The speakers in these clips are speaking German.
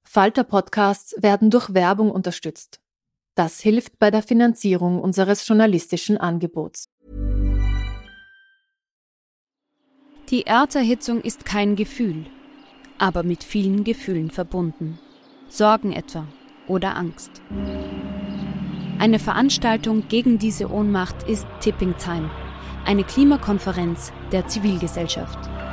Falter-Podcasts werden durch Werbung unterstützt. Das hilft bei der Finanzierung unseres journalistischen Angebots. Die Erderhitzung ist kein Gefühl, aber mit vielen Gefühlen verbunden. Sorgen etwa oder Angst. Eine Veranstaltung gegen diese Ohnmacht ist Tipping Time, eine Klimakonferenz der Zivilgesellschaft.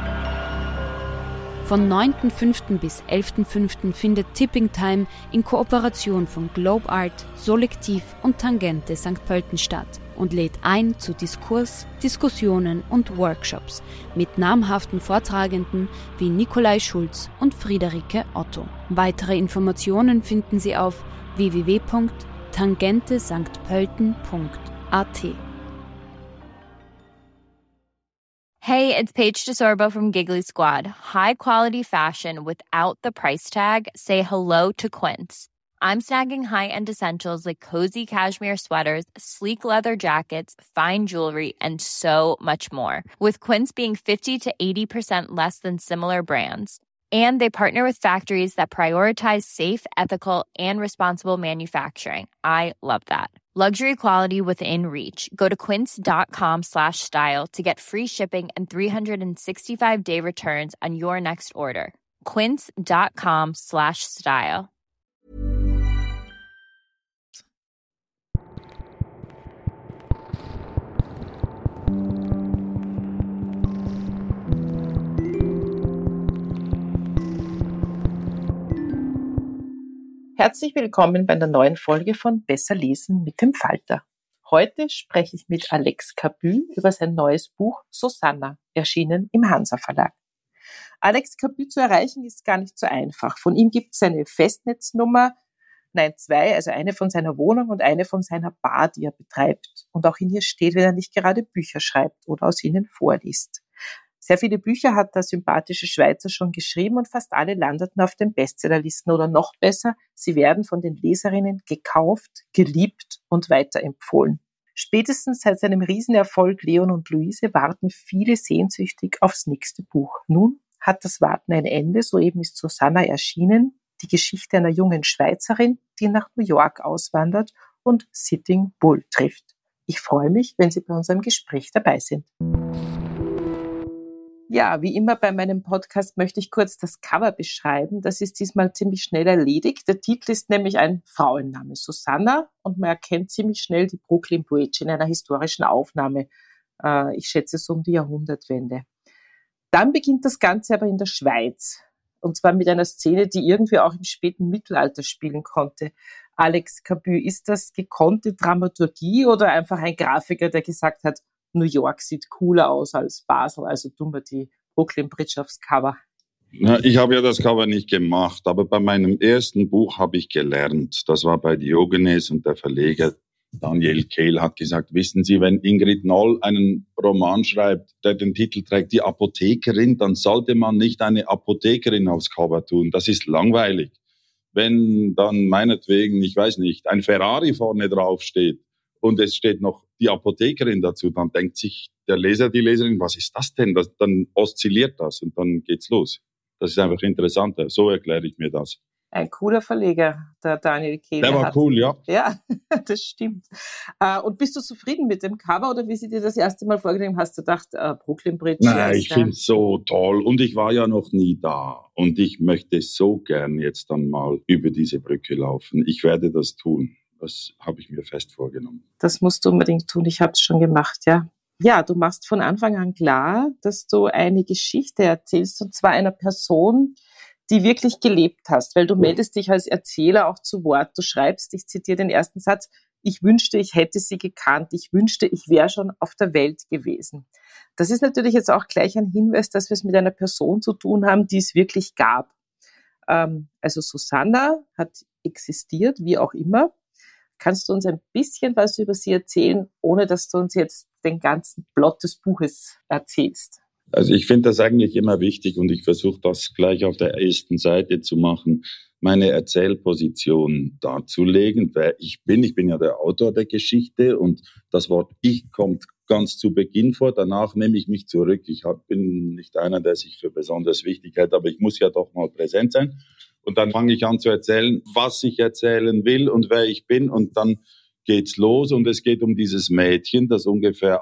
Von 9.5. bis 11.5. findet Tipping Time in Kooperation von Globe Art, Solektiv und Tangente St. Pölten statt und lädt ein zu Diskurs, Diskussionen und Workshops mit namhaften Vortragenden wie Nikolai Schulz und Friederike Otto. Weitere Informationen finden Sie auf www.tangentesanktpölten.at. Hey, it's Paige DeSorbo from Giggly Squad. High quality fashion without the price tag. Say hello to Quince. I'm snagging high-end essentials like cozy cashmere sweaters, sleek leather jackets, fine jewelry, and so much more. With Quince being 50 to 80% less than similar brands. And they partner with factories that prioritize safe, ethical, and responsible manufacturing. I love that. Luxury quality within reach. Go to quince.com/style to get free shipping and 365-day returns on your next order. Quince.com/style. Herzlich willkommen bei einer neuen Folge von Besser lesen mit dem Falter. Heute spreche ich mit Alex Cabu über sein neues Buch Susanna, erschienen im Hansa Verlag. Alex Cabu zu erreichen ist gar nicht so einfach. Von ihm gibt es eine Festnetznummer, zwei, also eine von seiner Wohnung und eine von seiner Bar, die er betreibt. Und auch in ihr steht, wenn er nicht gerade Bücher schreibt oder aus ihnen vorliest. Sehr viele Bücher hat der sympathische Schweizer schon geschrieben und fast alle landeten auf den Bestsellerlisten oder noch besser, sie werden von den Leserinnen gekauft, geliebt und weiterempfohlen. Spätestens seit seinem Riesenerfolg Leon und Luise warten viele sehnsüchtig aufs nächste Buch. Nun hat das Warten ein Ende, soeben ist Susanna erschienen, die Geschichte einer jungen Schweizerin, die nach New York auswandert und Sitting Bull trifft. Ich freue mich, wenn Sie bei unserem Gespräch dabei sind. Ja, wie immer bei meinem Podcast möchte ich kurz das Cover beschreiben. Das ist diesmal ziemlich schnell erledigt. Der Titel ist nämlich ein Frauenname, Susanna, und man erkennt ziemlich schnell die Brooklyn Bridge in einer historischen Aufnahme. Ich schätze so um die Jahrhundertwende. Dann beginnt das Ganze aber in der Schweiz. Und zwar mit einer Szene, die irgendwie auch im späten Mittelalter spielen konnte. Alex Cabu, ist das gekonnte Dramaturgie oder einfach ein Grafiker, der gesagt hat, New York sieht cooler aus als Basel, also tun wir die Brooklyn Bridge aufs Cover? Ja, ich habe ja das Cover nicht gemacht, aber bei meinem ersten Buch habe ich gelernt. Das war bei Diogenes und der Verleger Daniel Kehl hat gesagt, wissen Sie, wenn Ingrid Noll einen Roman schreibt, der den Titel trägt, Die Apothekerin, dann sollte man nicht eine Apothekerin aufs Cover tun. Das ist langweilig. Wenn dann meinetwegen, ich weiß nicht, ein Ferrari vorne drauf steht und es steht noch die Apothekerin dazu, dann denkt sich der Leser, die Leserin, was ist das denn? Dann oszilliert das und dann geht's los. Das ist einfach interessanter. So erkläre ich mir das. Ein cooler Verleger, der Daniel Kehl. Der war cool, ja. Ja, das stimmt. Und bist du zufrieden mit dem Cover oder wie sie dir das erste Mal vorgenommen hast, du gedacht, Brooklyn Bridge? Nein, ich finde es so toll und ich war ja noch nie da und ich möchte so gern jetzt dann mal über diese Brücke laufen. Ich werde das tun. Das habe ich mir fest vorgenommen. Das musst du unbedingt tun. Ich habe es schon gemacht, ja. Ja, du machst von Anfang an klar, dass du eine Geschichte erzählst, und zwar einer Person, die wirklich gelebt hast, weil du meldest dich als Erzähler auch zu Wort. Du schreibst, ich zitiere den ersten Satz, ich wünschte, ich hätte sie gekannt. Ich wünschte, ich wäre schon auf der Welt gewesen. Das ist natürlich jetzt auch gleich ein Hinweis, dass wir es mit einer Person zu tun haben, die es wirklich gab. Also Susanna hat existiert, wie auch immer. Kannst du uns ein bisschen was über sie erzählen, ohne dass du uns jetzt den ganzen Plot des Buches erzählst? Also ich finde das eigentlich immer wichtig und ich versuche das gleich auf der ersten Seite zu machen, meine Erzählposition darzulegen, wer ich bin. Ich bin ja der Autor der Geschichte und das Wort Ich kommt ganz zu Beginn vor. Danach nehme ich mich zurück. Bin nicht einer, der sich für besonders wichtig hält, aber ich muss ja doch mal präsent sein. Und dann fange ich an zu erzählen, was ich erzählen will und wer ich bin. Und dann geht's los. Und es geht um dieses Mädchen, das ungefähr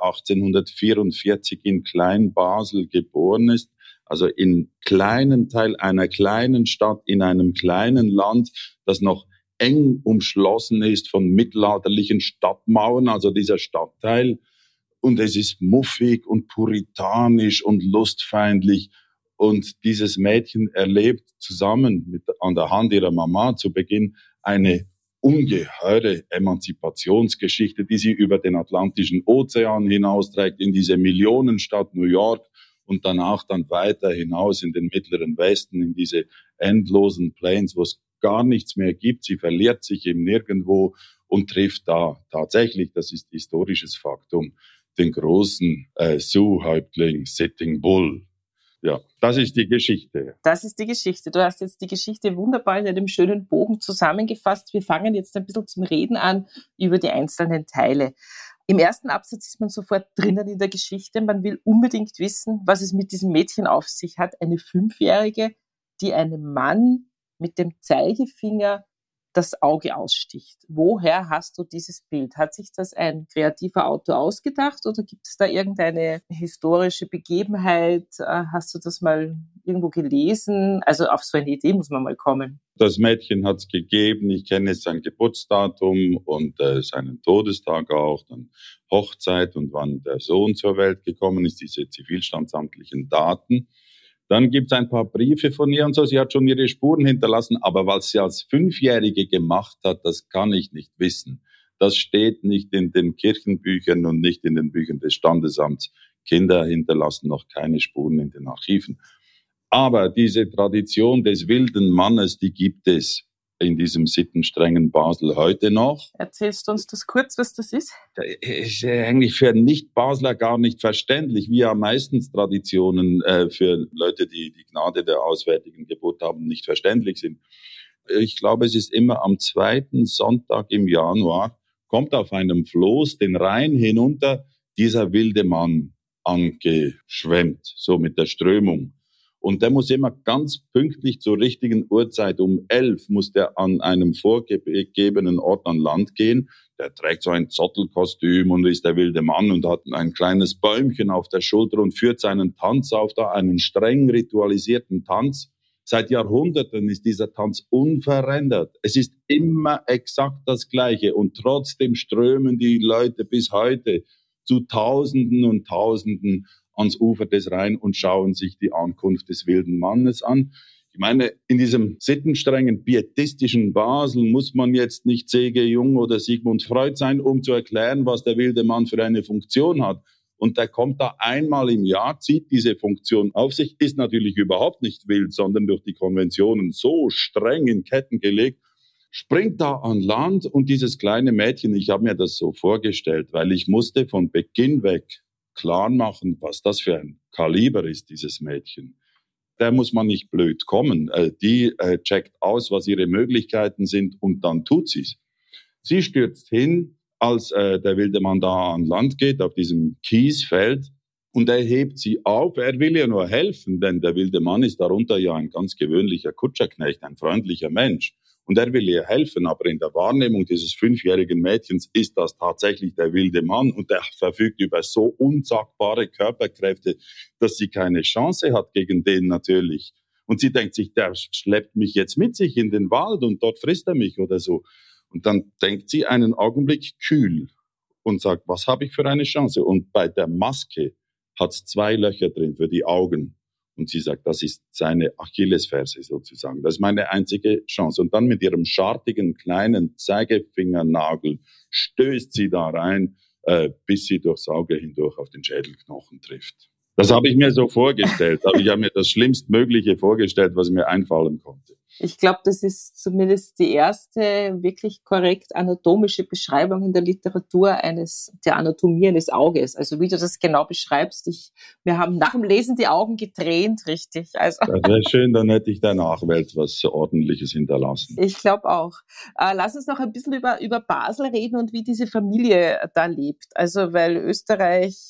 1844 in Klein-Basel geboren ist. Also in kleinen Teil einer kleinen Stadt, in einem kleinen Land, das noch eng umschlossen ist von mittelalterlichen Stadtmauern, also dieser Stadtteil. Und es ist muffig und puritanisch und lustfeindlich. Und dieses Mädchen erlebt zusammen an der Hand ihrer Mama zu Beginn eine ungeheure Emanzipationsgeschichte, die sie über den Atlantischen Ozean hinausträgt in diese Millionenstadt New York und danach dann weiter hinaus in den mittleren Westen, in diese endlosen Plains, wo es gar nichts mehr gibt. Sie verliert sich im Nirgendwo und trifft da tatsächlich, das ist historisches Faktum, den großen Sioux-Häuptling Sitting Bull. Ja, das ist die Geschichte. Das ist die Geschichte. Du hast jetzt die Geschichte wunderbar in einem schönen Bogen zusammengefasst. Wir fangen jetzt ein bisschen zum Reden an über die einzelnen Teile. Im ersten Absatz ist man sofort drinnen in der Geschichte. Man will unbedingt wissen, was es mit diesem Mädchen auf sich hat. Eine 5-Jährige, die einem Mann mit dem Zeigefinger das Auge aussticht. Woher hast du dieses Bild? Hat sich das ein kreativer Autor ausgedacht oder gibt es da irgendeine historische Begebenheit? Hast du das mal irgendwo gelesen? Also auf so eine Idee muss man mal kommen. Das Mädchen hat es gegeben. Ich kenne sein Geburtsdatum und seinen Todestag auch, dann Hochzeit und wann der Sohn zur Welt gekommen ist, diese zivilstandsamtlichen Daten. Dann gibt es ein paar Briefe von ihr und so. Sie hat schon ihre Spuren hinterlassen, aber was sie als 5-Jährige gemacht hat, das kann ich nicht wissen. Das steht nicht in den Kirchenbüchern und nicht in den Büchern des Standesamts. Kinder hinterlassen noch keine Spuren in den Archiven. Aber diese Tradition des wilden Mannes, die gibt es in diesem sittenstrengen Basel heute noch. Erzählst du uns das kurz, was das ist? Das ist eigentlich für Nicht-Basler gar nicht verständlich, wie ja meistens Traditionen für Leute, die die Gnade der auswärtigen Geburt haben, nicht verständlich sind. Ich glaube, es ist immer am 2. Sonntag im Januar, kommt auf einem Floß den Rhein hinunter dieser wilde Mann angeschwemmt, so mit der Strömung. Und der muss immer ganz pünktlich zur richtigen Uhrzeit, um 11 muss der an einem vorgegebenen Ort an Land gehen. Der trägt so ein Zottelkostüm und ist der wilde Mann und hat ein kleines Bäumchen auf der Schulter und führt seinen Tanz auf, da einen streng ritualisierten Tanz. Seit Jahrhunderten ist dieser Tanz unverändert. Es ist immer exakt das Gleiche und trotzdem strömen die Leute bis heute zu Tausenden und Tausenden ans Ufer des Rhein und schauen sich die Ankunft des wilden Mannes an. Ich meine, in diesem sittenstrengen, pietistischen Basel muss man jetzt nicht C.G. Jung oder Sigmund Freud sein, um zu erklären, was der wilde Mann für eine Funktion hat. Und der kommt da einmal im Jahr, zieht diese Funktion auf sich, ist natürlich überhaupt nicht wild, sondern durch die Konventionen so streng in Ketten gelegt, springt da an Land und dieses kleine Mädchen, ich habe mir das so vorgestellt, weil ich musste von Beginn weg klar machen, was das für ein Kaliber ist, dieses Mädchen. Der muss man nicht blöd kommen. Die checkt aus, was ihre Möglichkeiten sind und dann tut sie's. Sie stürzt hin, als der wilde Mann da an Land geht, auf diesem Kiesfeld, und er hebt sie auf. Er will ihr nur helfen, denn der wilde Mann ist darunter ja ein ganz gewöhnlicher Kutscherknecht, ein freundlicher Mensch. Und er will ihr helfen, aber in der Wahrnehmung dieses 5-jährigen Mädchens ist das tatsächlich der wilde Mann und der verfügt über so unsagbare Körperkräfte, dass sie keine Chance hat gegen den natürlich. Und sie denkt sich, der schleppt mich jetzt mit sich in den Wald und dort frisst er mich oder so. Und dann denkt sie einen Augenblick kühl und sagt, was habe ich für eine Chance? Und bei der Maske hat's 2 Löcher drin für die Augen. Und sie sagt, das ist seine Achillesferse sozusagen. Das ist meine einzige Chance. Und dann mit ihrem schartigen kleinen Zeigefingernagel stößt sie da rein, bis sie durchs Auge hindurch auf den Schädelknochen trifft. Das habe ich mir so vorgestellt. Aber ich habe mir das Schlimmstmögliche vorgestellt, was mir einfallen konnte. Ich glaube, das ist zumindest die erste wirklich korrekt anatomische Beschreibung in der Literatur der Anatomie eines Auges. Also wie du das genau beschreibst, wir haben nach dem Lesen die Augen getränt, richtig. Also. Das wäre schön, dann hätte ich der Nachwelt was Ordentliches hinterlassen. Ich glaube auch. Lass uns noch ein bisschen über Basel reden und wie diese Familie da lebt. Also weil Österreich,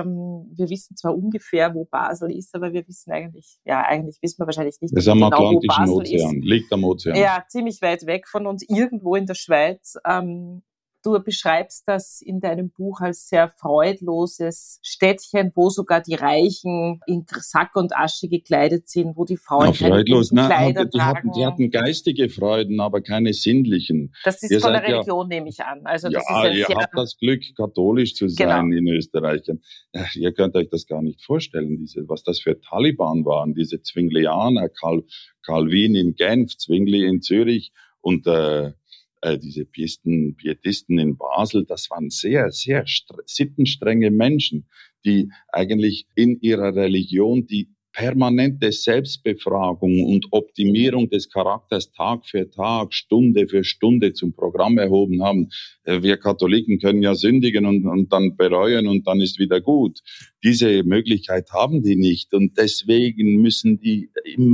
wir wissen zwar ungefähr, wo Basel ist, aber wir wissen eigentlich wissen wir wahrscheinlich nicht das ist am genau, wo Atlantischen Basel Ozean. ist. Ozean, liegt am Ozean. Ja, ziemlich weit weg von uns, irgendwo in der Schweiz. Du beschreibst das in deinem Buch als sehr freudloses Städtchen, wo sogar die Reichen in Sack und Asche gekleidet sind, wo die Frauen keine guten Kleider tragen. Die hatten geistige Freuden, aber keine sinnlichen. Das ist von der Religion, nehme ich an. Also das ist ihr habt das Glück, katholisch zu sein in Österreich. Ihr könnt euch das gar nicht vorstellen, was das für Taliban waren, diese Zwinglianer, Calvin in Genf, Zwingli in Zürich und diese Pietisten in Basel, das waren sehr, sehr sittenstrenge Menschen, die eigentlich in ihrer Religion die permanente Selbstbefragung und Optimierung des Charakters Tag für Tag, Stunde für Stunde zum Programm erhoben haben. Wir Katholiken können ja sündigen und dann bereuen und dann ist wieder gut. Diese Möglichkeit haben die nicht und deswegen müssen die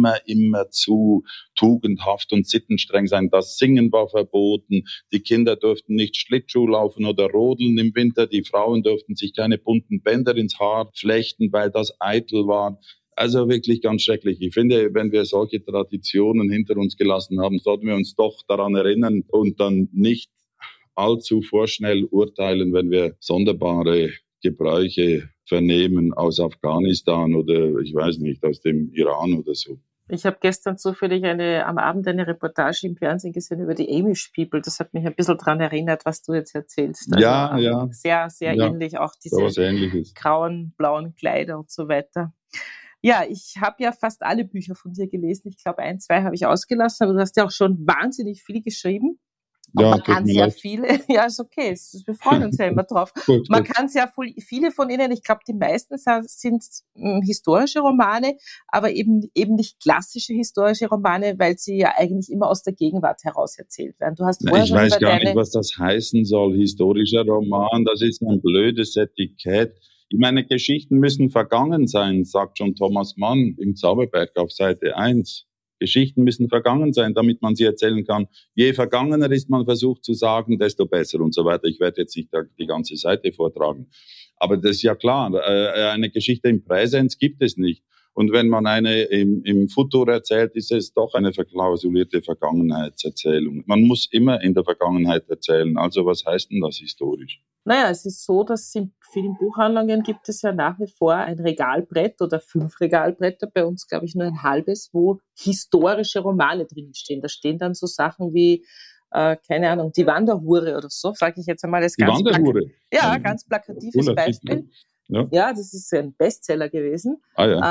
immer zu tugendhaft und sittenstreng sein. Das Singen war verboten, die Kinder durften nicht Schlittschuh laufen oder rodeln im Winter, die Frauen durften sich keine bunten Bänder ins Haar flechten, weil das eitel war. Also wirklich ganz schrecklich. Ich finde, wenn wir solche Traditionen hinter uns gelassen haben, sollten wir uns doch daran erinnern und dann nicht allzu vorschnell urteilen, wenn wir sonderbare Gebräuche vernehmen aus Afghanistan oder ich weiß nicht, aus dem Iran oder so. Ich habe gestern zufällig am Abend eine Reportage im Fernsehen gesehen über die Amish People. Das hat mich ein bisschen daran erinnert, was du jetzt erzählst. Also ja. Sehr, sehr ähnlich, auch diese grauen, blauen Kleider und so weiter. Ja, ich habe ja fast alle Bücher von dir gelesen. Ich glaube, 1, 2 habe ich ausgelassen, aber du hast ja auch schon wahnsinnig viel geschrieben. Ja, man kann sehr viele, ja, ist okay, wir freuen uns ja immer drauf. Man kann sehr viele von ihnen, ich glaube, die meisten sind historische Romane, aber eben nicht klassische historische Romane, weil sie ja eigentlich immer aus der Gegenwart heraus erzählt werden. Du hast ich weiß gar nicht, was das heißen soll, historischer Roman, das ist ein blödes Etikett. Ich meine, Geschichten müssen vergangen sein, sagt schon Thomas Mann im Zauberberg auf Seite 1. Geschichten müssen vergangen sein, damit man sie erzählen kann. Je vergangener ist man versucht zu sagen, desto besser und so weiter. Ich werde jetzt nicht die ganze Seite vortragen. Aber das ist ja klar, eine Geschichte im Präsens gibt es nicht. Und wenn man eine im Futur erzählt, ist es doch eine verklausulierte Vergangenheitserzählung. Man muss immer in der Vergangenheit erzählen. Also was heißt denn das historisch? Naja, es ist so, dass in vielen Buchhandlungen gibt es ja nach wie vor ein Regalbrett oder 5 Regalbretter, bei uns glaube ich nur ein halbes, wo historische Romane drinstehen. Da stehen dann so Sachen wie, keine Ahnung, die Wanderhure oder so, sage ich jetzt einmal. Die Wanderhure? Ja, ganz plakatives Beispiel. Ja, das ist ein Bestseller gewesen.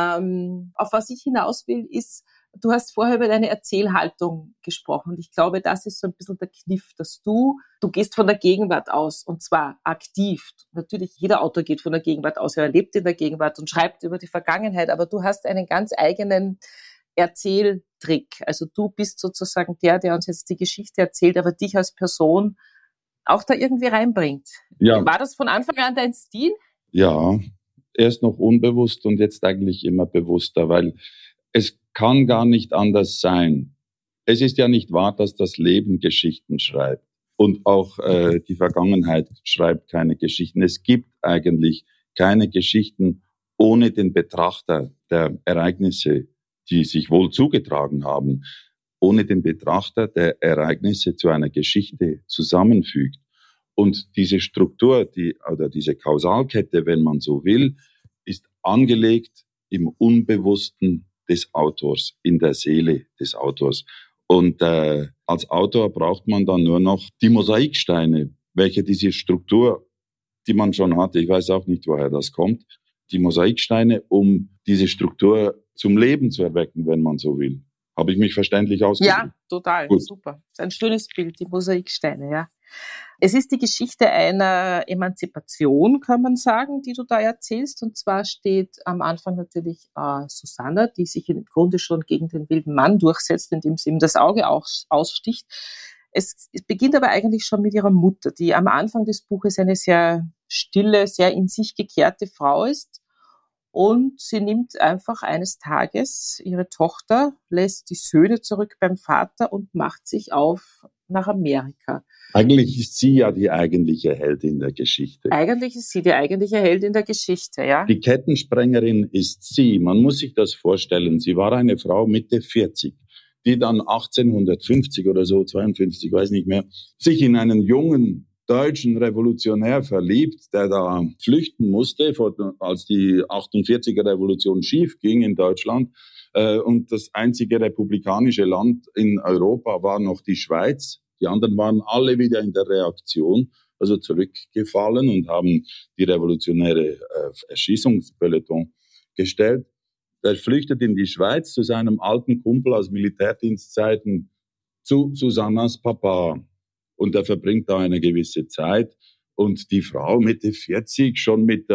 Auf was ich hinaus will, ist, du hast vorher über deine Erzählhaltung gesprochen. Und ich glaube, das ist so ein bisschen der Kniff, dass du gehst von der Gegenwart aus und zwar aktiv. Natürlich, jeder Autor geht von der Gegenwart aus. Er lebt in der Gegenwart und schreibt über die Vergangenheit. Aber du hast einen ganz eigenen Erzähltrick. Also du bist sozusagen der uns jetzt die Geschichte erzählt, aber dich als Person auch da irgendwie reinbringt. Ja. War das von Anfang an dein Stil? Ja, erst noch unbewusst und jetzt eigentlich immer bewusster, weil es kann gar nicht anders sein. Es ist ja nicht wahr, dass das Leben Geschichten schreibt und auch die Vergangenheit schreibt keine Geschichten. Es gibt eigentlich keine Geschichten ohne den Betrachter der Ereignisse, die sich wohl zugetragen haben, ohne den Betrachter der Ereignisse zu einer Geschichte zusammenfügt. Und diese Struktur, oder diese Kausalkette, wenn man so will, ist angelegt im Unbewussten des Autors, in der Seele des Autors. Und als Autor braucht man dann nur noch die Mosaiksteine, welche diese Struktur, die man schon hatte, ich weiß auch nicht, woher das kommt, die Mosaiksteine, um diese Struktur zum Leben zu erwecken, wenn man so will. Habe ich mich verständlich ausgedrückt? Ja, total, gut. Super. Das ist ein schönes Bild, die Mosaiksteine, ja. Es ist die Geschichte einer Emanzipation, kann man sagen, die du da erzählst. Und zwar steht am Anfang natürlich Susanna, die sich im Grunde schon gegen den wilden Mann durchsetzt, indem sie ihm das Auge aussticht. Es beginnt aber eigentlich schon mit ihrer Mutter, die am Anfang des Buches eine sehr stille, sehr in sich gekehrte Frau ist. Und sie nimmt einfach eines Tages ihre Tochter, lässt die Söhne zurück beim Vater und macht sich auf nach Amerika. Eigentlich ist sie ja die eigentliche Heldin der Geschichte. Eigentlich ist sie die eigentliche Heldin der Geschichte, ja. Die Kettensprengerin ist sie. Man muss sich das vorstellen. Sie war eine Frau Mitte 40. die dann 1850 oder so, 52, weiß nicht mehr, sich in einen jungen deutschen Revolutionär verliebt, der da flüchten musste, als die 48er Revolution schief ging in Deutschland. Und das einzige republikanische Land in Europa war noch die Schweiz. Die anderen waren alle wieder in der Reaktion, also zurückgefallen und haben die revolutionäre Erschießungspeloton gestellt. Der flüchtet in die Schweiz zu seinem alten Kumpel aus Militärdienstzeiten, zu Susannas Papa. Und er verbringt da eine gewisse Zeit. Und die Frau Mitte 40, schon mit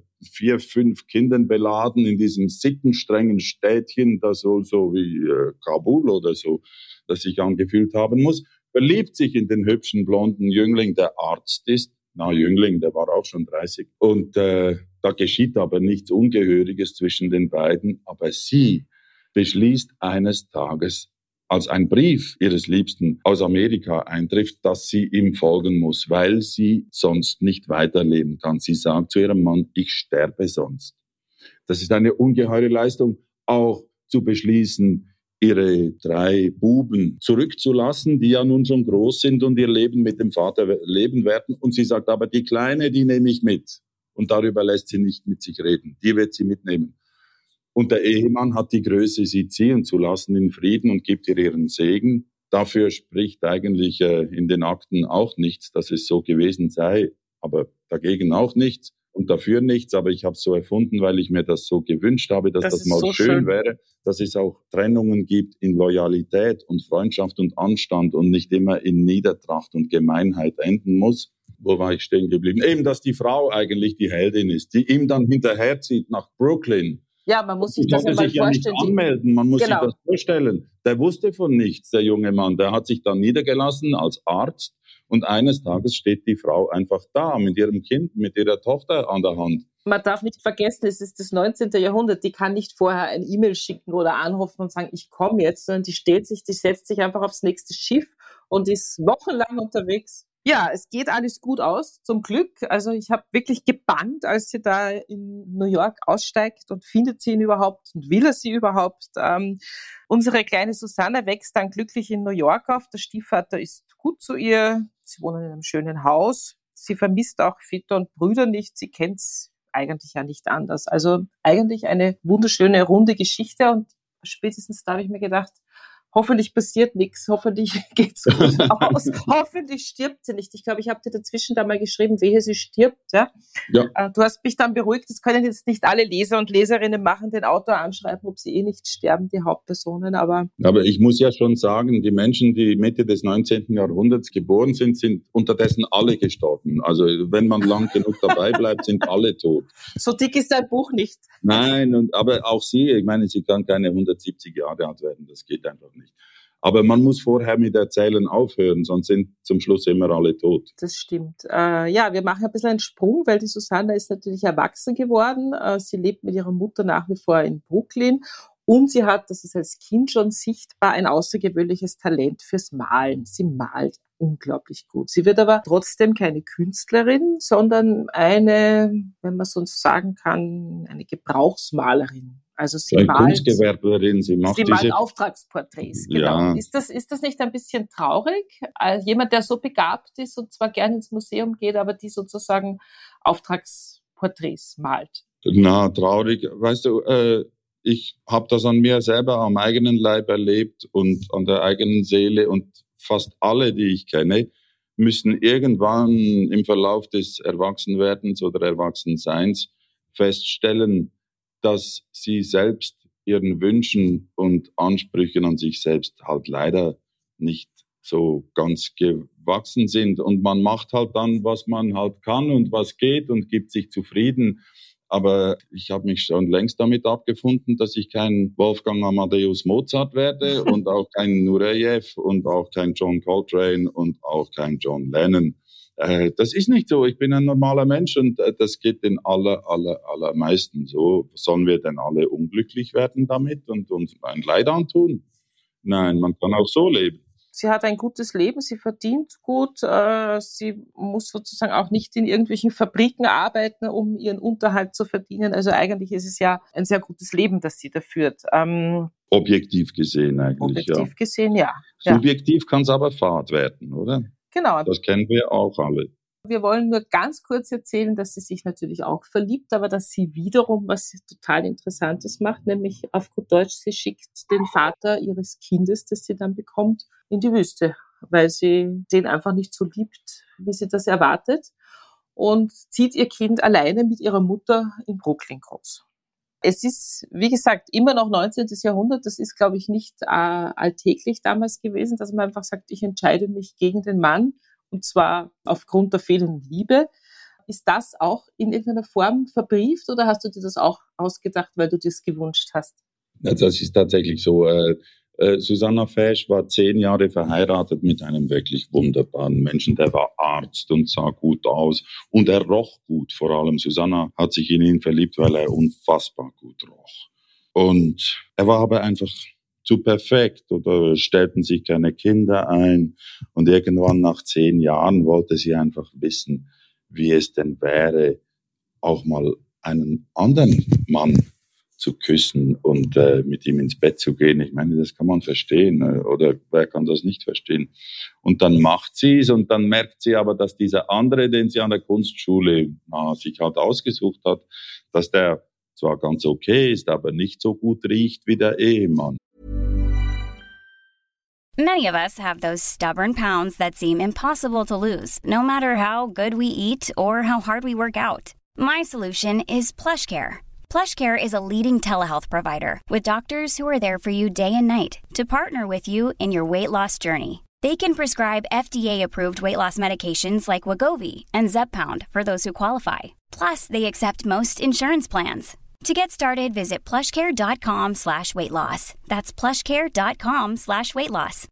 4, 5 Kindern beladen in diesem sittenstrengen Städtchen, das wohl so wie Kabul oder so, das sich angefühlt haben muss, verliebt sich in den hübschen blonden Jüngling, der Arzt ist. Na, Jüngling, der war auch schon 30. Und da geschieht aber nichts Ungehöriges zwischen den beiden. Aber sie beschließt eines Tages, als ein Brief ihres Liebsten aus Amerika eintrifft, dass sie ihm folgen muss, weil sie sonst nicht weiterleben kann. Sie sagt zu ihrem Mann, ich sterbe sonst. Das ist eine ungeheure Leistung, auch zu beschließen, ihre 3 Buben zurückzulassen, die ja nun schon groß sind und ihr Leben mit dem Vater leben werden. Und sie sagt, aber die Kleine, die nehme ich mit. Und darüber lässt sie nicht mit sich reden. Die wird sie mitnehmen. Und der Ehemann hat die Größe, sie ziehen zu lassen in Frieden und gibt ihr ihren Segen. Dafür spricht eigentlich in den Akten auch nichts, dass es so gewesen sei, aber dagegen auch nichts und dafür nichts. Aber ich habe es so erfunden, weil ich mir das so gewünscht habe, dass das mal so schön wäre, dass es auch Trennungen gibt in Loyalität und Freundschaft und Anstand und nicht immer in Niedertracht und Gemeinheit enden muss. Wo war ich stehen geblieben? Eben, dass die Frau eigentlich die Heldin ist, die ihm dann hinterherzieht nach Brooklyn. Ja, man muss sich das ja mal vorstellen. Ja nicht anmelden, man muss sich das vorstellen. Der wusste von nichts, der junge Mann. Der hat sich dann niedergelassen als Arzt und eines Tages steht die Frau einfach da mit ihrem Kind, mit ihrer Tochter an der Hand. Man darf nicht vergessen, es ist das 19. Jahrhundert. Die kann nicht vorher ein E-Mail schicken oder anrufen und sagen, ich komme jetzt, sondern die setzt sich einfach aufs nächste Schiff und ist wochenlang unterwegs. Ja, es geht alles gut aus, zum Glück. Also ich habe wirklich gebannt, als sie da in New York aussteigt und findet sie ihn überhaupt und will er sie überhaupt. Unsere kleine Susanna wächst dann glücklich in New York auf. Der Stiefvater ist gut zu ihr. Sie wohnen in einem schönen Haus. Sie vermisst auch Väter und Brüder nicht. Sie kennt's eigentlich ja nicht anders. Also eigentlich eine wunderschöne, runde Geschichte. Und spätestens da habe ich mir gedacht, hoffentlich passiert nichts, hoffentlich geht's gut aus, hoffentlich stirbt sie nicht. Ich glaube, ich habe dir dazwischen da mal geschrieben, wehe sie stirbt. Ja? Ja. Du hast mich dann beruhigt, das können jetzt nicht alle Leser und Leserinnen machen, den Autor anschreiben, ob sie nicht sterben, die Hauptpersonen. Aber ich muss ja schon sagen, die Menschen, die Mitte des 19. Jahrhunderts geboren sind, sind unterdessen alle gestorben. Also wenn man lang genug dabei bleibt, sind alle tot. So dick ist dein Buch nicht. Nein, aber auch sie, ich meine, sie kann keine 170 Jahre alt werden, das geht einfach nicht. Aber man muss vorher mit Erzählen aufhören, sonst sind zum Schluss immer alle tot. Das stimmt. Wir machen ein bisschen einen Sprung, weil die Susanna ist natürlich erwachsen geworden. Sie lebt mit ihrer Mutter nach wie vor in Brooklyn. Und sie hat, das ist als Kind schon sichtbar, ein außergewöhnliches Talent fürs Malen. Sie malt unglaublich gut. Sie wird aber trotzdem keine Künstlerin, sondern eine, wenn man sonst sagen kann, eine Gebrauchsmalerin. Also sie malt Kunstgewerblerin, sie malt Auftragsporträts. Genau. Ja. Ist das nicht ein bisschen traurig? Also jemand, der so begabt ist und zwar gerne ins Museum geht, aber die sozusagen Auftragsporträts malt. Na, traurig. Weißt du, ich habe das an mir selber am eigenen Leib erlebt und an der eigenen Seele und fast alle, die ich kenne, müssen irgendwann im Verlauf des Erwachsenwerdens oder Erwachsenseins feststellen, dass sie selbst ihren Wünschen und Ansprüchen an sich selbst halt leider nicht so ganz gewachsen sind. Und man macht halt dann, was man halt kann und was geht und gibt sich zufrieden. Aber ich habe mich schon längst damit abgefunden, dass ich kein Wolfgang Amadeus Mozart werde und auch kein Nureyev und auch kein John Coltrane und auch kein John Lennon. Das ist nicht so. Ich bin ein normaler Mensch und das geht den allermeisten so. Sollen wir denn alle unglücklich werden damit und uns ein Leid antun? Nein, man kann auch so leben. Sie hat ein gutes Leben, sie verdient gut, sie muss sozusagen auch nicht in irgendwelchen Fabriken arbeiten, um ihren Unterhalt zu verdienen. Also eigentlich ist es ja ein sehr gutes Leben, das sie da führt. Objektiv gesehen eigentlich, Objektiv gesehen, ja. Subjektiv kann es aber Fahrt werden, oder? Genau. Das kennen wir auch alle. Wir wollen nur ganz kurz erzählen, dass sie sich natürlich auch verliebt, aber dass sie wiederum was total Interessantes macht, nämlich auf gut Deutsch, sie schickt den Vater ihres Kindes, das sie dann bekommt, in die Wüste, weil sie den einfach nicht so liebt, wie sie das erwartet, und zieht ihr Kind alleine mit ihrer Mutter in Brooklyn groß. Es ist, wie gesagt, immer noch 19. Jahrhundert. Das ist, glaube ich, nicht alltäglich damals gewesen, dass man einfach sagt, ich entscheide mich gegen den Mann, und zwar aufgrund der fehlenden Liebe. Ist das auch in irgendeiner Form verbrieft oder hast du dir das auch ausgedacht, weil du das gewünscht hast? Ja, das ist tatsächlich so. Susanna Fesch war 10 Jahre verheiratet mit einem wirklich wunderbaren Menschen. Der war Arzt und sah gut aus und er roch gut. Vor allem Susanna hat sich in ihn verliebt, weil er unfassbar gut roch. Und er war aber einfach zu perfekt oder stellten sich keine Kinder ein. Und irgendwann nach 10 Jahren wollte sie einfach wissen, wie es denn wäre, auch mal einen anderen Mann zu küssen und mit ihm ins Bett zu gehen. Ich meine, das kann man verstehen, oder wer kann das nicht verstehen? Und dann macht sie es und dann merkt sie aber, dass dieser andere, den sie an der Kunstschule sich halt ausgesucht hat, dass der zwar ganz okay ist, aber nicht so gut riecht wie der Ehemann. Many of us have those stubborn pounds that seem impossible to lose, no matter how good we eat or how hard we work out. My solution is PlushCare. PlushCare is a leading telehealth provider with doctors who are there for you day and night to partner with you in your weight loss journey. They can prescribe FDA-approved weight loss medications like Wegovy and Zepbound for those who qualify. Plus, they accept most insurance plans. To get started, visit plushcare.com/weightloss. That's plushcare.com/weightloss.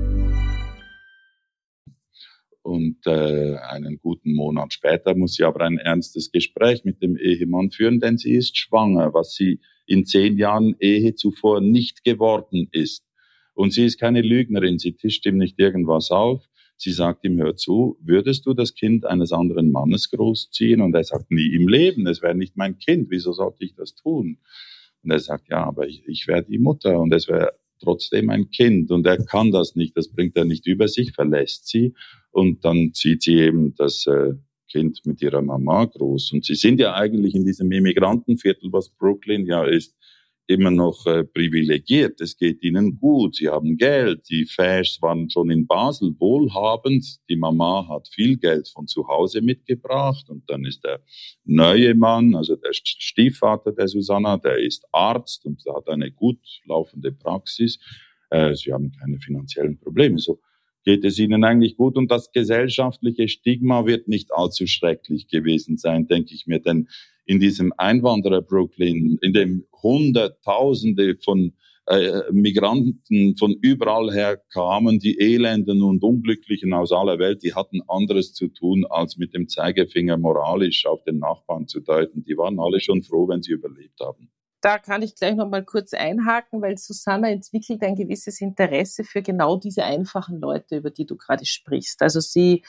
Und einen guten Monat später muss sie aber ein ernstes Gespräch mit dem Ehemann führen, denn sie ist schwanger, was sie in 10 Jahren Ehe zuvor nicht geworden ist. Und sie ist keine Lügnerin, sie tischt ihm nicht irgendwas auf. Sie sagt ihm, hör zu, würdest du das Kind eines anderen Mannes großziehen? Und er sagt, nie im Leben, es wäre nicht mein Kind, wieso sollte ich das tun? Und er sagt, ja, aber ich wäre die Mutter und es wäre trotzdem ein Kind. Und er kann das nicht, das bringt er nicht über sich, verlässt sie. Und dann zieht sie eben das Kind mit ihrer Mama groß. Und sie sind ja eigentlich in diesem Immigrantenviertel, was Brooklyn ja ist, immer noch privilegiert. Es geht ihnen gut, sie haben Geld. Die Feschs waren schon in Basel wohlhabend. Die Mama hat viel Geld von zu Hause mitgebracht. Und dann ist der neue Mann, also der Stiefvater der Susanna, der ist Arzt und hat eine gut laufende Praxis. Sie haben keine finanziellen Probleme. So geht es ihnen eigentlich gut. Und das gesellschaftliche Stigma wird nicht allzu schrecklich gewesen sein, denke ich mir. Denn in diesem Einwanderer-Brooklyn, in dem Hunderttausende von Migranten von überall her kamen, die Elenden und Unglücklichen aus aller Welt, die hatten anderes zu tun, als mit dem Zeigefinger moralisch auf den Nachbarn zu deuten. Die waren alle schon froh, wenn sie überlebt haben. Da kann ich gleich noch mal kurz einhaken, weil Susanna entwickelt ein gewisses Interesse für genau diese einfachen Leute, über die du gerade sprichst. Also sie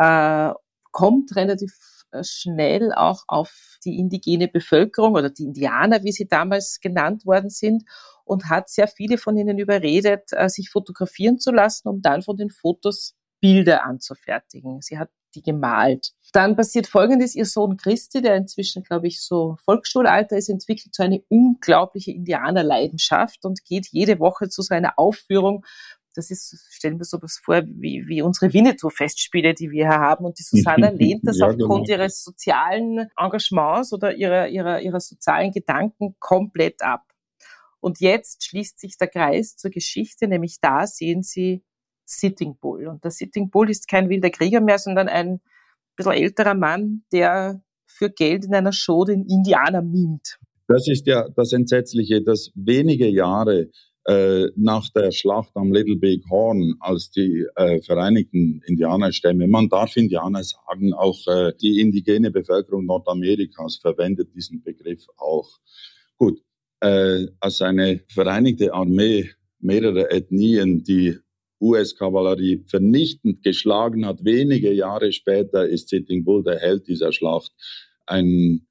kommt relativ schnell auch auf die indigene Bevölkerung oder die Indianer, wie sie damals genannt worden sind, und hat sehr viele von ihnen überredet, sich fotografieren zu lassen, um dann von den Fotos Bilder anzufertigen. Sie hat die gemalt. Dann passiert Folgendes: Ihr Sohn Christi, der inzwischen, glaube ich, so Volksschulalter ist, entwickelt so eine unglaubliche Indianerleidenschaft und geht jede Woche zu so einer Aufführung. Das ist, stellen wir sowas vor, wie unsere Winnetou-Festspiele, die wir hier haben. Und die Susanna lehnt das ja, aufgrund ihres sozialen Engagements oder ihrer sozialen Gedanken komplett ab. Und jetzt schließt sich der Kreis zur Geschichte, nämlich da sehen Sie Sitting Bull. Und der Sitting Bull ist kein wilder Krieger mehr, sondern ein bisschen älterer Mann, der für Geld in einer Show den Indianer mimt. Das ist ja das Entsetzliche, dass wenige Jahre nach der Schlacht am Little Big Horn, als die Vereinigten Indianerstämme, man darf Indianer sagen, auch die indigene Bevölkerung Nordamerikas verwendet diesen Begriff auch. Gut, als eine vereinigte Armee mehrerer Ethnien, die US-Kavallerie vernichtend geschlagen hat. Wenige Jahre später ist Sitting Bull der Held dieser Schlacht. Ein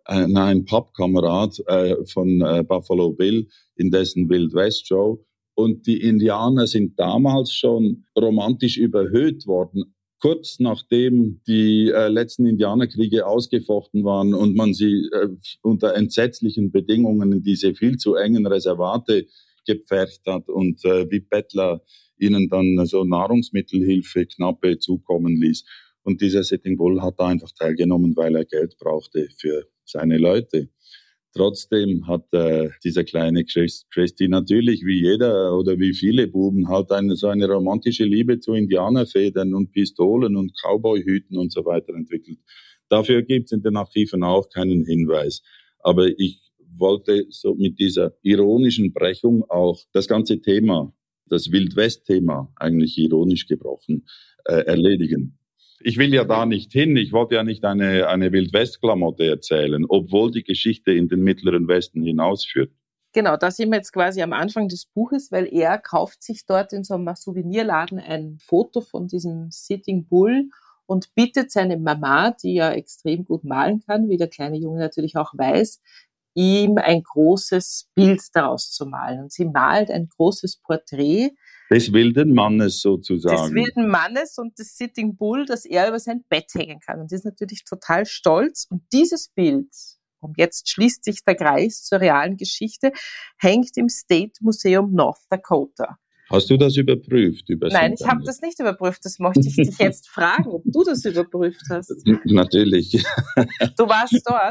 Pappkamerad von Buffalo Bill in dessen Wild West Show. Und die Indianer sind damals schon romantisch überhöht worden. Kurz nachdem die letzten Indianerkriege ausgefochten waren und man sie unter entsetzlichen Bedingungen in diese viel zu engen Reservate gepfercht hat und wie Bettler ihnen dann so Nahrungsmittelhilfe knappe zukommen ließ. Und dieser Sitting Bull hat da einfach teilgenommen, weil er Geld brauchte für seine Leute. Trotzdem hat dieser kleine Christy natürlich wie jeder oder wie viele Buben halt so eine romantische Liebe zu Indianerfedern und Pistolen und Cowboyhüten und so weiter entwickelt. Dafür gibt es in den Archiven auch keinen Hinweis. Aber ich wollte so mit dieser ironischen Brechung auch das ganze Thema, das Wild-West-Thema eigentlich ironisch gebrochen, erledigen. Ich will ja da nicht hin. Ich wollte ja nicht eine Wild-West-Klamotte erzählen, obwohl die Geschichte in den Mittleren Westen hinausführt. Genau, da sind wir jetzt quasi am Anfang des Buches, weil er kauft sich dort in so einem Souvenirladen ein Foto von diesem Sitting Bull und bittet seine Mama, die ja extrem gut malen kann, wie der kleine Junge natürlich auch weiß, ihm ein großes Bild daraus zu malen. Und sie malt ein großes Porträt des wilden Mannes sozusagen. Des wilden Mannes und des Sitting Bull, das er über sein Bett hängen kann. Und ist natürlich total stolz. Und dieses Bild, und jetzt schließt sich der Kreis zur realen Geschichte, hängt im State Museum North Dakota. Hast du das überprüft? Nein, ich habe das nicht überprüft. Das möchte ich dich jetzt fragen, ob du das überprüft hast. Natürlich. Du warst dort?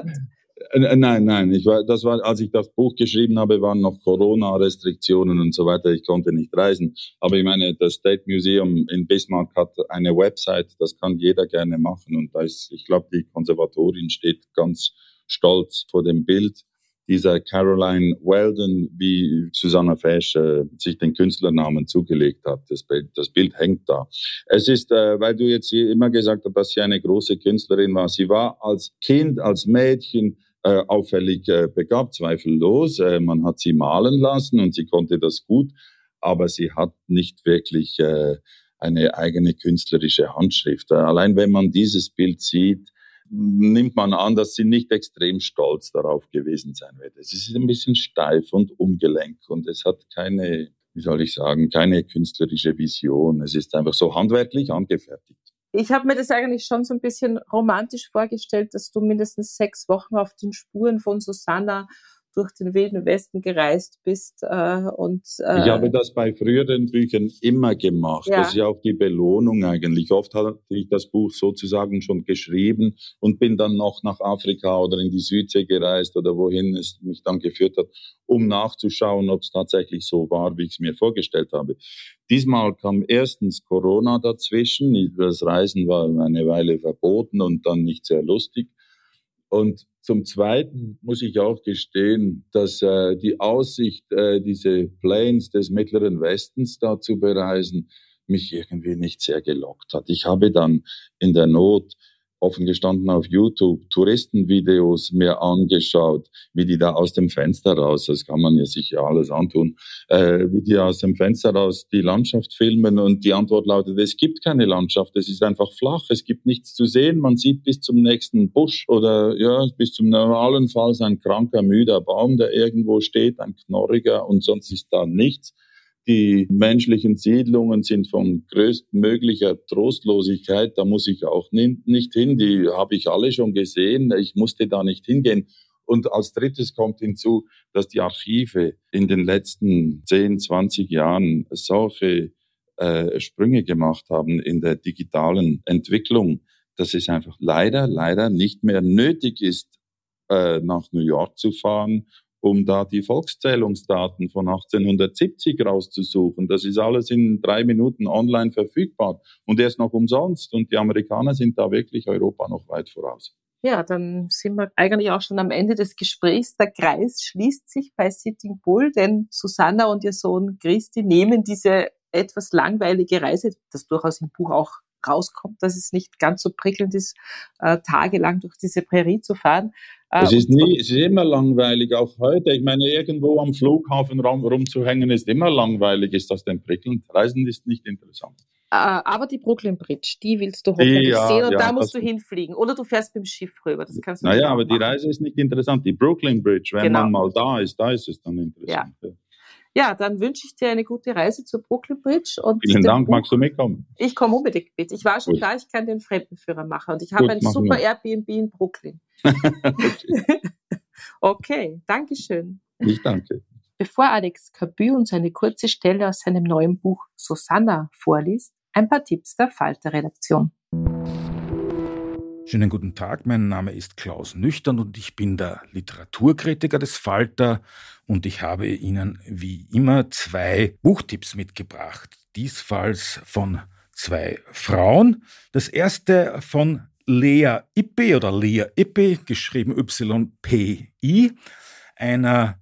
Nein. Das war, als ich das Buch geschrieben habe, waren noch Corona-Restriktionen und so weiter. Ich konnte nicht reisen. Aber ich meine, das State Museum in Bismarck hat eine Website, das kann jeder gerne machen. Und da ist, ich glaube, die Konservatorin steht ganz stolz vor dem Bild dieser Caroline Weldon, wie Susanna Fesch sich den Künstlernamen zugelegt hat. Das Bild hängt da. Es ist, weil du jetzt immer gesagt hast, dass sie eine große Künstlerin war. Sie war als Kind, als Mädchen auffällig begabt, zweifellos. Man hat sie malen lassen und sie konnte das gut, aber sie hat nicht wirklich eine eigene künstlerische Handschrift. Allein wenn man dieses Bild sieht, nimmt man an, dass sie nicht extrem stolz darauf gewesen sein wird. Es ist ein bisschen steif und ungelenk und es hat keine künstlerische Vision. Es ist einfach so handwerklich angefertigt. Ich habe mir das eigentlich schon so ein bisschen romantisch vorgestellt, dass du mindestens 6 Wochen auf den Spuren von Susanna durch den Wilden Westen gereist bist. Ich habe das bei früheren Büchern immer gemacht. Ja. Das ist ja auch die Belohnung eigentlich. Oft hatte ich das Buch sozusagen schon geschrieben und bin dann noch nach Afrika oder in die Südsee gereist oder wohin es mich dann geführt hat, um nachzuschauen, ob es tatsächlich so war, wie ich es mir vorgestellt habe. Diesmal kam erstens Corona dazwischen. Das Reisen war eine Weile verboten und dann nicht sehr lustig. Und zum Zweiten muss ich auch gestehen, dass die Aussicht, diese Plains des Mittleren Westens da zu bereisen, mich irgendwie nicht sehr gelockt hat. Ich habe dann in der Not offen gestanden auf YouTube Touristenvideos mir angeschaut, wie die da aus dem Fenster raus, das kann man ja sich ja alles antun, wie die aus dem Fenster raus die Landschaft filmen und die Antwort lautet, es gibt keine Landschaft, es ist einfach flach, es gibt nichts zu sehen, man sieht bis zum nächsten Busch oder ja, bis zum normalenfalls ein kranker, müder Baum, der irgendwo steht, ein knorriger und sonst ist da nichts. Die menschlichen Siedlungen sind von größtmöglicher Trostlosigkeit, da muss ich auch nicht hin, die habe ich alle schon gesehen, ich musste da nicht hingehen. Und als drittes kommt hinzu, dass die Archive in den letzten 10, 20 Jahren solche Sprünge gemacht haben in der digitalen Entwicklung, dass es einfach leider nicht mehr nötig ist, nach New York zu fahren, um da die Volkszählungsdaten von 1870 rauszusuchen. Das ist alles in 3 Minuten online verfügbar und erst noch umsonst. Und die Amerikaner sind da wirklich Europa noch weit voraus. Ja, dann sind wir eigentlich auch schon am Ende des Gesprächs. Der Kreis schließt sich bei Sitting Bull, denn Susanna und ihr Sohn Christi nehmen diese etwas langweilige Reise, das durchaus im Buch auch rauskommt, dass es nicht ganz so prickelnd ist, tagelang durch diese Prärie zu fahren, Es ist immer langweilig, auch heute. Ich meine, irgendwo am Flughafen rumzuhängen ist immer langweilig. Ist das denn prickelnd? Reisen ist nicht interessant. Aber die Brooklyn Bridge, die willst du hoffentlich sehen und da musst du hinfliegen. Oder du fährst mit dem Schiff rüber. Das kannst du aber die Reise ist nicht interessant. Die Brooklyn Bridge, wenn man mal da ist es dann interessant. Ja, dann wünsche ich dir eine gute Reise zur Brooklyn Bridge. Und vielen Dank, magst du mitkommen? Ich komme unbedingt mit. Ich war schon da, ich kann den Fremdenführer machen und ich habe ein super Airbnb in Brooklyn. Okay, danke schön. Ich danke. Bevor Alex Cabu uns eine kurze Stelle aus seinem neuen Buch Susanna vorliest, ein paar Tipps der Falter-Redaktion. Schönen guten Tag, mein Name ist Klaus Nüchtern und ich bin der Literaturkritiker des Falter und ich habe Ihnen wie immer 2 Buchtipps mitgebracht. Diesfalls von 2 Frauen. Das erste von Lea Ypi, geschrieben YPI, einer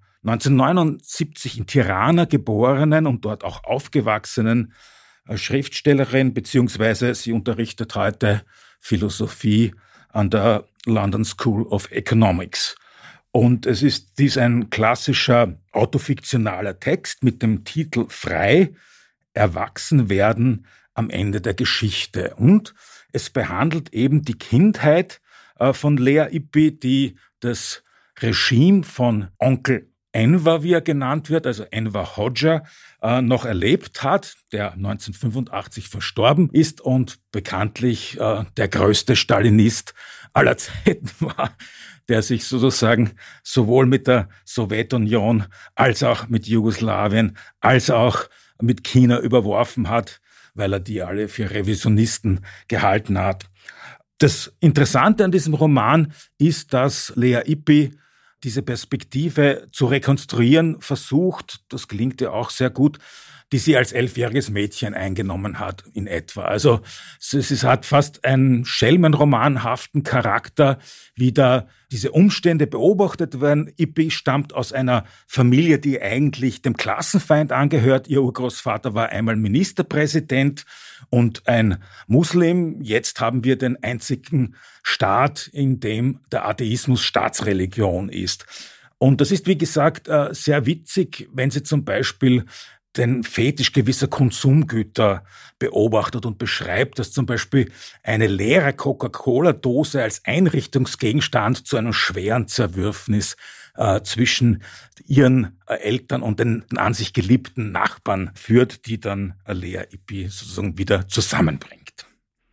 1979 in Tirana geborenen und dort auch aufgewachsenen Schriftstellerin, beziehungsweise sie unterrichtet heute Philosophie an der London School of Economics. Und es ist dies ein klassischer autofiktionaler Text mit dem Titel Frei, Erwachsenwerden am Ende der Geschichte. Und es behandelt eben die Kindheit von Lea Ypi, die das Regime von Onkel Enver, wie er genannt wird, also Enver Hoxha, noch erlebt hat, der 1985 verstorben ist und bekanntlich der größte Stalinist aller Zeiten war, der sich sozusagen sowohl mit der Sowjetunion als auch mit Jugoslawien als auch mit China überworfen hat, weil er die alle für Revisionisten gehalten hat. Das Interessante an diesem Roman ist, dass Lea Ypi diese Perspektive zu rekonstruieren versucht, das gelingt ihr auch sehr gut, die sie als 11-jähriges Mädchen eingenommen hat in etwa. Also es hat fast einen schelmenromanhaften Charakter, wie da diese Umstände beobachtet werden. Ypi stammt aus einer Familie, die eigentlich dem Klassenfeind angehört. Ihr Urgroßvater war einmal Ministerpräsident und ein Muslim. Jetzt haben wir den einzigen Staat, in dem der Atheismus Staatsreligion ist. Und das ist, wie gesagt, sehr witzig, wenn Sie zum Beispiel den Fetisch gewisser Konsumgüter beobachtet und beschreibt, dass zum Beispiel eine leere Coca-Cola-Dose als Einrichtungsgegenstand zu einem schweren Zerwürfnis zwischen ihren Eltern und den an sich geliebten Nachbarn führt, die dann Lea Ypi sozusagen wieder zusammenbringt.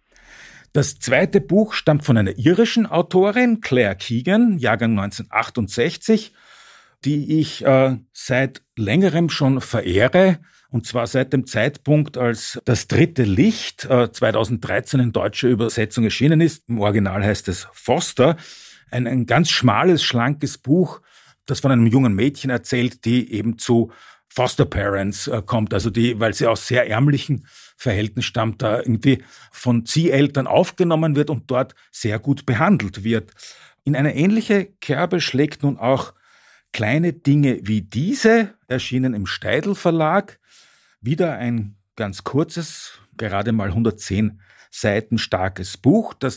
Das zweite Buch stammt von einer irischen Autorin, Claire Keegan, Jahrgang 1968, die ich seit längerem schon verehre, und zwar seit dem Zeitpunkt, als Das dritte Licht 2013 in deutscher Übersetzung erschienen ist. Im Original heißt es Foster, ein ganz schmales, schlankes Buch, das von einem jungen Mädchen erzählt, die eben zu Foster Parents kommt, also die, weil sie aus sehr ärmlichen Verhältnissen stammt, da irgendwie von Zieheltern aufgenommen wird und dort sehr gut behandelt wird. In eine ähnliche Kerbe schlägt nun auch Kleine Dinge wie diese, erschienen im Steidl Verlag. Wieder ein ganz kurzes, gerade mal 110 Seiten starkes Buch, das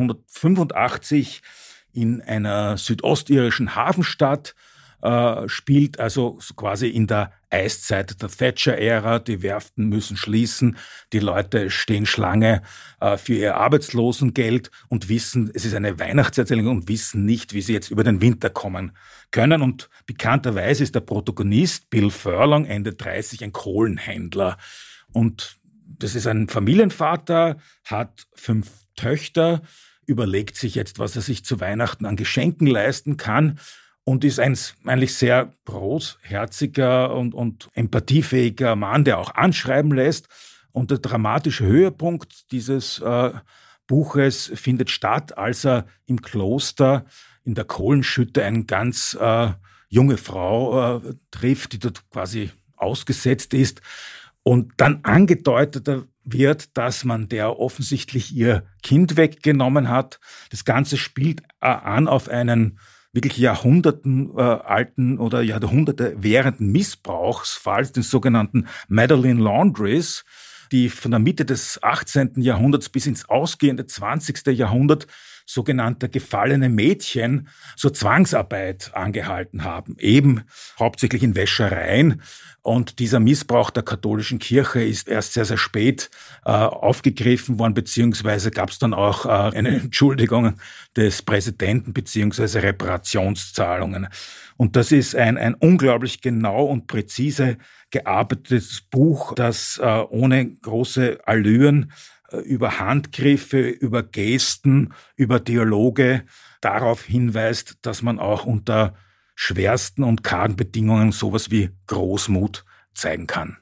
1985 in einer südostirischen Hafenstadt spielt, also quasi in der Eiszeit der Thatcher-Ära. Die Werften müssen schließen, die Leute stehen Schlange für ihr Arbeitslosengeld und wissen, es ist eine Weihnachtserzählung und wissen nicht, wie sie jetzt über den Winter kommen können. Und bekannterweise ist der Protagonist Bill Furlong, Ende 30, ein Kohlenhändler. Und das ist ein Familienvater, hat 5 Töchter, überlegt sich jetzt, was er sich zu Weihnachten an Geschenken leisten kann. Und ist ein eigentlich sehr großherziger und empathiefähiger Mann, der auch anschreiben lässt. Und der dramatische Höhepunkt dieses Buches findet statt, als er im Kloster in der Kohlenschütte eine ganz junge Frau trifft, die dort quasi ausgesetzt ist. Und dann angedeutet wird, dass man der offensichtlich ihr Kind weggenommen hat. Das Ganze spielt an auf einen wirklich Jahrhunderten alten oder Jahrhunderte währenden Missbrauchsfall, den sogenannten Madeleine Laundries, die von der Mitte des 18. Jahrhunderts bis ins ausgehende 20. Jahrhundert sogenannte gefallene Mädchen zur Zwangsarbeit angehalten haben, eben hauptsächlich in Wäschereien. Und dieser Missbrauch der katholischen Kirche ist erst sehr, sehr spät aufgegriffen worden, beziehungsweise gab es dann auch eine Entschuldigung des Präsidenten beziehungsweise Reparationszahlungen. Und das ist ein unglaublich genau und präzise gearbeitetes Buch, das ohne große Allüren über Handgriffe, über Gesten, über Dialoge darauf hinweist, dass man auch unter schwersten und kargen Bedingungen sowas wie Großmut zeigen kann.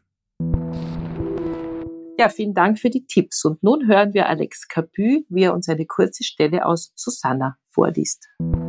Ja, vielen Dank für die Tipps. Und nun hören wir Alex Cabu, wie er uns eine kurze Stelle aus Susanna vorliest.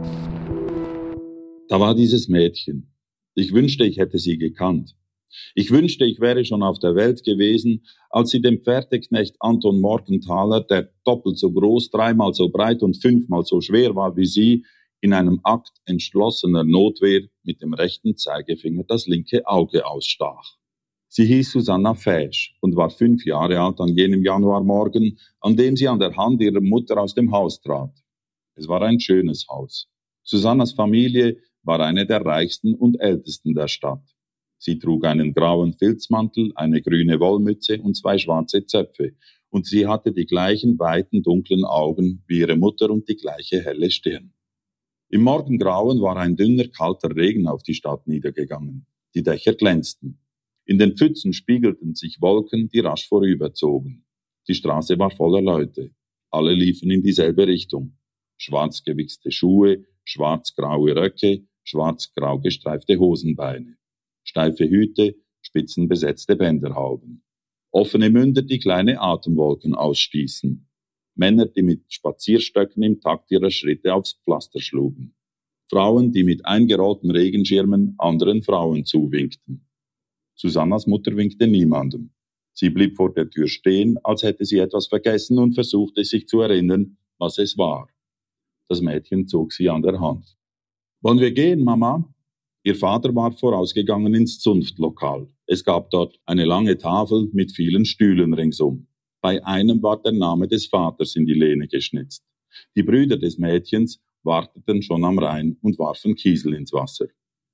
Da war dieses Mädchen. Ich wünschte, ich hätte sie gekannt. Ich wünschte, ich wäre schon auf der Welt gewesen, als sie dem Pferdeknecht Anton Morgenthaler, der doppelt so groß, 3-mal so breit und 5-mal so schwer war wie sie, in einem Akt entschlossener Notwehr mit dem rechten Zeigefinger das linke Auge ausstach. Sie hieß Susanna Fäsch und war 5 Jahre alt an jenem Januarmorgen, an dem sie an der Hand ihrer Mutter aus dem Haus trat. Es war ein schönes Haus. Susannas Familie war eine der reichsten und ältesten der Stadt. Sie trug einen grauen Filzmantel, eine grüne Wollmütze und 2 schwarze Zöpfe. Und sie hatte die gleichen weiten, dunklen Augen wie ihre Mutter und die gleiche helle Stirn. Im Morgengrauen war ein dünner, kalter Regen auf die Stadt niedergegangen. Die Dächer glänzten. In den Pfützen spiegelten sich Wolken, die rasch vorüberzogen. Die Straße war voller Leute. Alle liefen in dieselbe Richtung. Schwarz gewichste Schuhe, schwarz-graue Röcke, schwarz-grau gestreifte Hosenbeine. Steife Hüte, spitzenbesetzte Bänderhauben. Offene Münder, die kleine Atemwolken ausstießen. Männer, die mit Spazierstöcken im Takt ihrer Schritte aufs Pflaster schlugen. Frauen, die mit eingerollten Regenschirmen anderen Frauen zuwinkten. Susannas Mutter winkte niemandem. Sie blieb vor der Tür stehen, als hätte sie etwas vergessen und versuchte sich zu erinnern, was es war. Das Mädchen zog sie an der Hand. »Wollen wir gehen, Mama?« Ihr Vater war vorausgegangen ins Zunftlokal. Es gab dort eine lange Tafel mit vielen Stühlen ringsum. Bei einem war der Name des Vaters in die Lehne geschnitzt. Die Brüder des Mädchens warteten schon am Rhein und warfen Kiesel ins Wasser.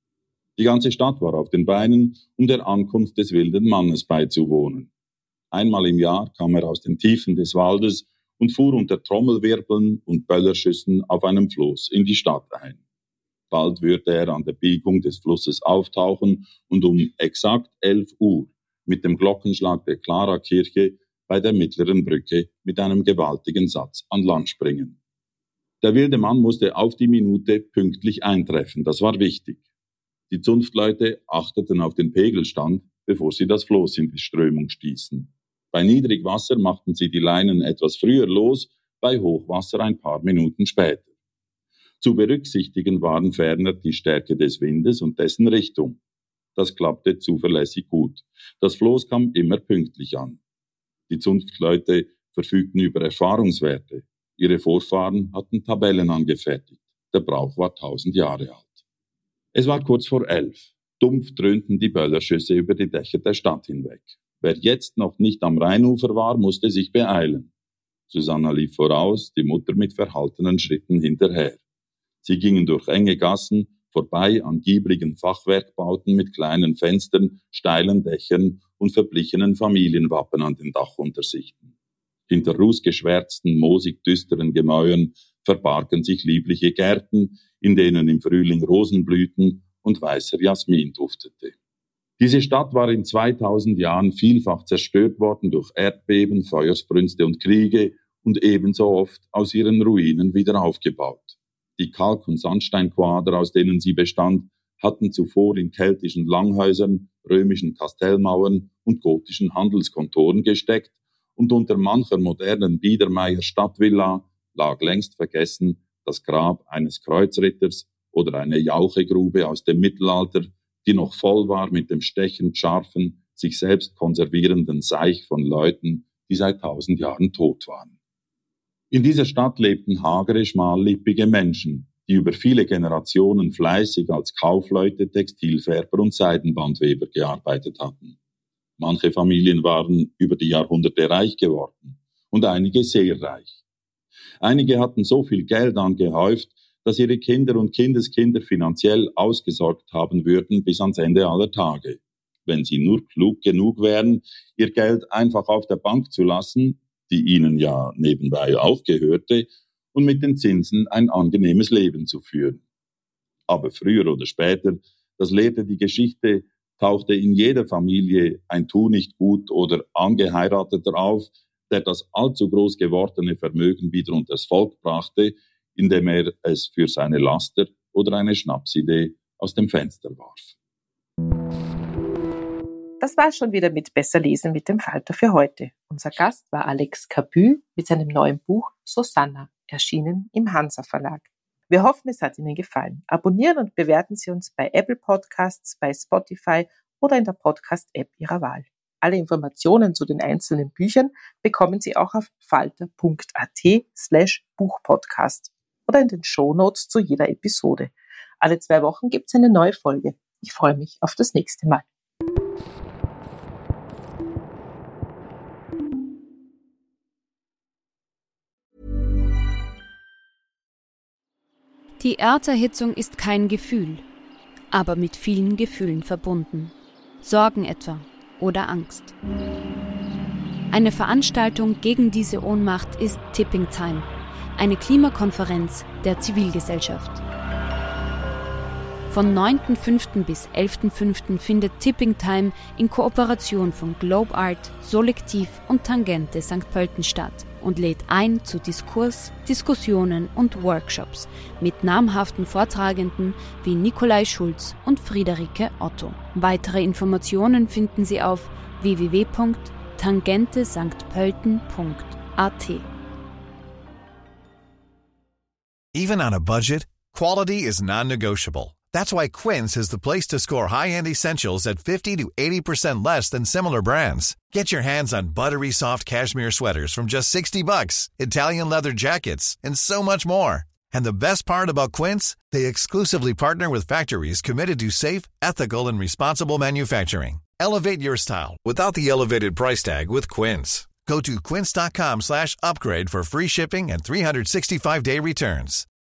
Die ganze Stadt war auf den Beinen, um der Ankunft des wilden Mannes beizuwohnen. Einmal im Jahr kam er aus den Tiefen des Waldes und fuhr unter Trommelwirbeln und Böllerschüssen auf einem Floß in die Stadt ein. Bald würde er an der Biegung des Flusses auftauchen und um exakt 11 Uhr mit dem Glockenschlag der Clara-Kirche bei der mittleren Brücke mit einem gewaltigen Satz an Land springen. Der wilde Mann musste auf die Minute pünktlich eintreffen, das war wichtig. Die Zunftleute achteten auf den Pegelstand, bevor sie das Floß in die Strömung stießen. Bei Niedrigwasser machten sie die Leinen etwas früher los, bei Hochwasser ein paar Minuten später. Zu berücksichtigen waren ferner die Stärke des Windes und dessen Richtung. Das klappte zuverlässig gut. Das Floß kam immer pünktlich an. Die Zunftleute verfügten über Erfahrungswerte. Ihre Vorfahren hatten Tabellen angefertigt. Der Brauch war 1000 Jahre alt. Es war kurz vor 11. Dumpf dröhnten die Böllerschüsse über die Dächer der Stadt hinweg. Wer jetzt noch nicht am Rheinufer war, musste sich beeilen. Susanna lief voraus, die Mutter mit verhaltenen Schritten hinterher. Sie gingen durch enge Gassen, vorbei an giebrigen Fachwerkbauten mit kleinen Fenstern, steilen Dächern und verblichenen Familienwappen an den Dachuntersichten. Hinter rußgeschwärzten, moosig düsteren Gemäuern verbargen sich liebliche Gärten, in denen im Frühling Rosen blühten und weißer Jasmin duftete. Diese Stadt war in 2000 Jahren vielfach zerstört worden durch Erdbeben, Feuersbrünste und Kriege und ebenso oft aus ihren Ruinen wieder aufgebaut. Die Kalk- und Sandsteinquader, aus denen sie bestand, hatten zuvor in keltischen Langhäusern, römischen Kastellmauern und gotischen Handelskontoren gesteckt und unter mancher modernen Biedermeier Stadtvilla lag längst vergessen das Grab eines Kreuzritters oder eine Jauchegrube aus dem Mittelalter, die noch voll war mit dem stechend scharfen, sich selbst konservierenden Seich von Leuten, die seit 1000 Jahren tot waren. In dieser Stadt lebten hagere, schmallippige Menschen, die über viele Generationen fleißig als Kaufleute, Textilfärber und Seidenbandweber gearbeitet hatten. Manche Familien waren über die Jahrhunderte reich geworden und einige sehr reich. Einige hatten so viel Geld angehäuft, dass ihre Kinder und Kindeskinder finanziell ausgesorgt haben würden bis ans Ende aller Tage. Wenn sie nur klug genug wären, ihr Geld einfach auf der Bank zu lassen, die ihnen ja nebenbei auch gehörte, und mit den Zinsen ein angenehmes Leben zu führen. Aber früher oder später, das lehrte die Geschichte, tauchte in jeder Familie ein Tunichtgut oder Angeheirateter auf, der das allzu groß gewordene Vermögen wieder unters Volk brachte, indem er es für seine Laster oder eine Schnapsidee aus dem Fenster warf. Das war schon wieder mit Besser lesen mit dem Falter für heute. Unser Gast war Alex Cabu mit seinem neuen Buch Susanna, erschienen im Hansa Verlag. Wir hoffen, es hat Ihnen gefallen. Abonnieren und bewerten Sie uns bei Apple Podcasts, bei Spotify oder in der Podcast-App Ihrer Wahl. Alle Informationen zu den einzelnen Büchern bekommen Sie auch auf falter.at/Buchpodcast oder in den Shownotes zu jeder Episode. Alle 2 Wochen gibt es eine neue Folge. Ich freue mich auf das nächste Mal. Die Erderhitzung ist kein Gefühl, aber mit vielen Gefühlen verbunden. Sorgen etwa oder Angst. Eine Veranstaltung gegen diese Ohnmacht ist Tipping Time, eine Klimakonferenz der Zivilgesellschaft. Von 9.5. bis 11.5. findet Tipping Time in Kooperation von Globe Art, Solektiv und Tangente St. Pölten statt und lädt ein zu Diskurs, Diskussionen und Workshops mit namhaften Vortragenden wie Nikolai Schulz und Friederike Otto. Weitere Informationen finden Sie auf www.tangentesanktpölten.at. Even on a budget, quality is non-negotiable. That's why Quince is the place to score high-end essentials at 50 to 80% less than similar brands. Get your hands on buttery soft cashmere sweaters from just $60, Italian leather jackets, and so much more. And the best part about Quince, they exclusively partner with factories committed to safe, ethical, and responsible manufacturing. Elevate your style without the elevated price tag with Quince. Go to quince.com/upgrade for free shipping and 365-day returns.